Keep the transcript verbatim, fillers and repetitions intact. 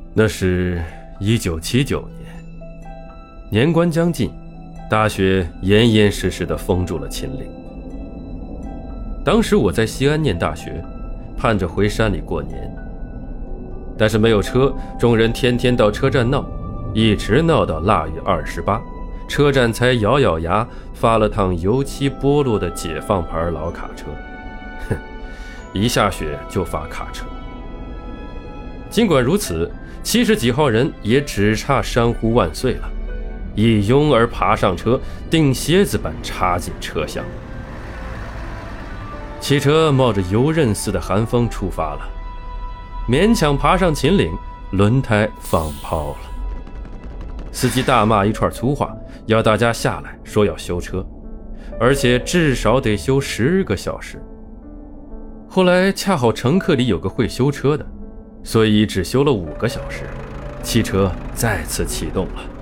那是一九七九年，年关将近，大雪严严实实地封住了秦岭。当时我在西安念大学，盼着回山里过年，但是没有车，众人天天到车站闹，一直闹到腊月二十八，车站才咬咬牙发了趟油漆剥落的解放牌老卡车。哼，一下雪就发卡车。尽管如此，七十几号人也只差山呼万岁了，一拥而爬上车，钉蝎子般插进车厢。汽车冒着油刃似的寒风出发了，勉强爬上秦岭，轮胎放抛了。司机大骂一串粗话，要大家下来，说要修车，而且至少得修十个小时。后来恰好乘客里有个会修车的，所以只修了五个小时，汽车再次启动了。